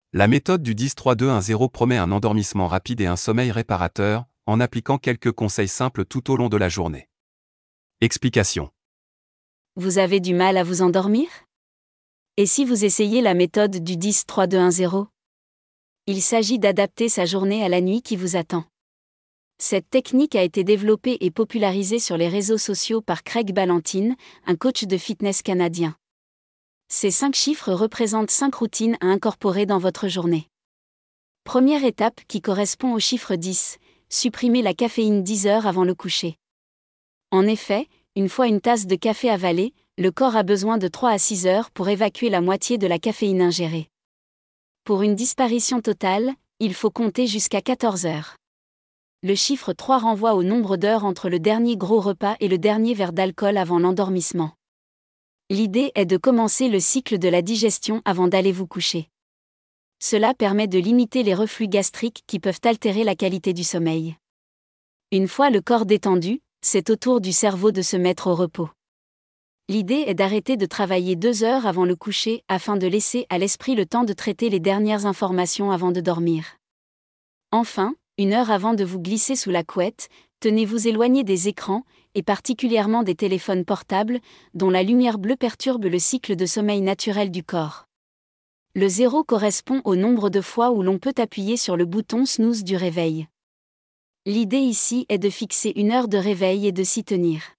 La méthode du 10-3-2-1-0 promet un endormissement rapide et un sommeil réparateur, en appliquant quelques conseils simples tout au long de la journée. Explication. Vous avez du mal à vous endormir? Et si vous essayez la méthode du 10-3-2-1-0? Il s'agit d'adapter sa journée à la nuit qui vous attend. Cette technique a été développée et popularisée sur les réseaux sociaux par Craig Ballantyne, un coach de fitness canadien. Ces 5 chiffres représentent 5 routines à incorporer dans votre journée. Première étape qui correspond au chiffre 10, supprimer la caféine 10 heures avant le coucher. En effet, une fois une tasse de café avalée, le corps a besoin de 3 à 6 heures pour évacuer la moitié de la caféine ingérée. Pour une disparition totale, il faut compter jusqu'à 14 heures. Le chiffre 3 renvoie au nombre d'heures entre le dernier gros repas et le dernier verre d'alcool avant l'endormissement. L'idée est de commencer le cycle de la digestion avant d'aller vous coucher. Cela permet de limiter les reflux gastriques qui peuvent altérer la qualité du sommeil. Une fois le corps détendu, c'est au tour du cerveau de se mettre au repos. L'idée est d'arrêter de travailler 2 heures avant le coucher afin de laisser à l'esprit le temps de traiter les dernières informations avant de dormir. Enfin, 1 heure avant de vous glisser sous la couette, tenez-vous éloigné des écrans, et particulièrement des téléphones portables, dont la lumière bleue perturbe le cycle de sommeil naturel du corps. Le 0 correspond au nombre de fois où l'on peut appuyer sur le bouton snooze du réveil. L'idée ici est de fixer 1 heure de réveil et de s'y tenir.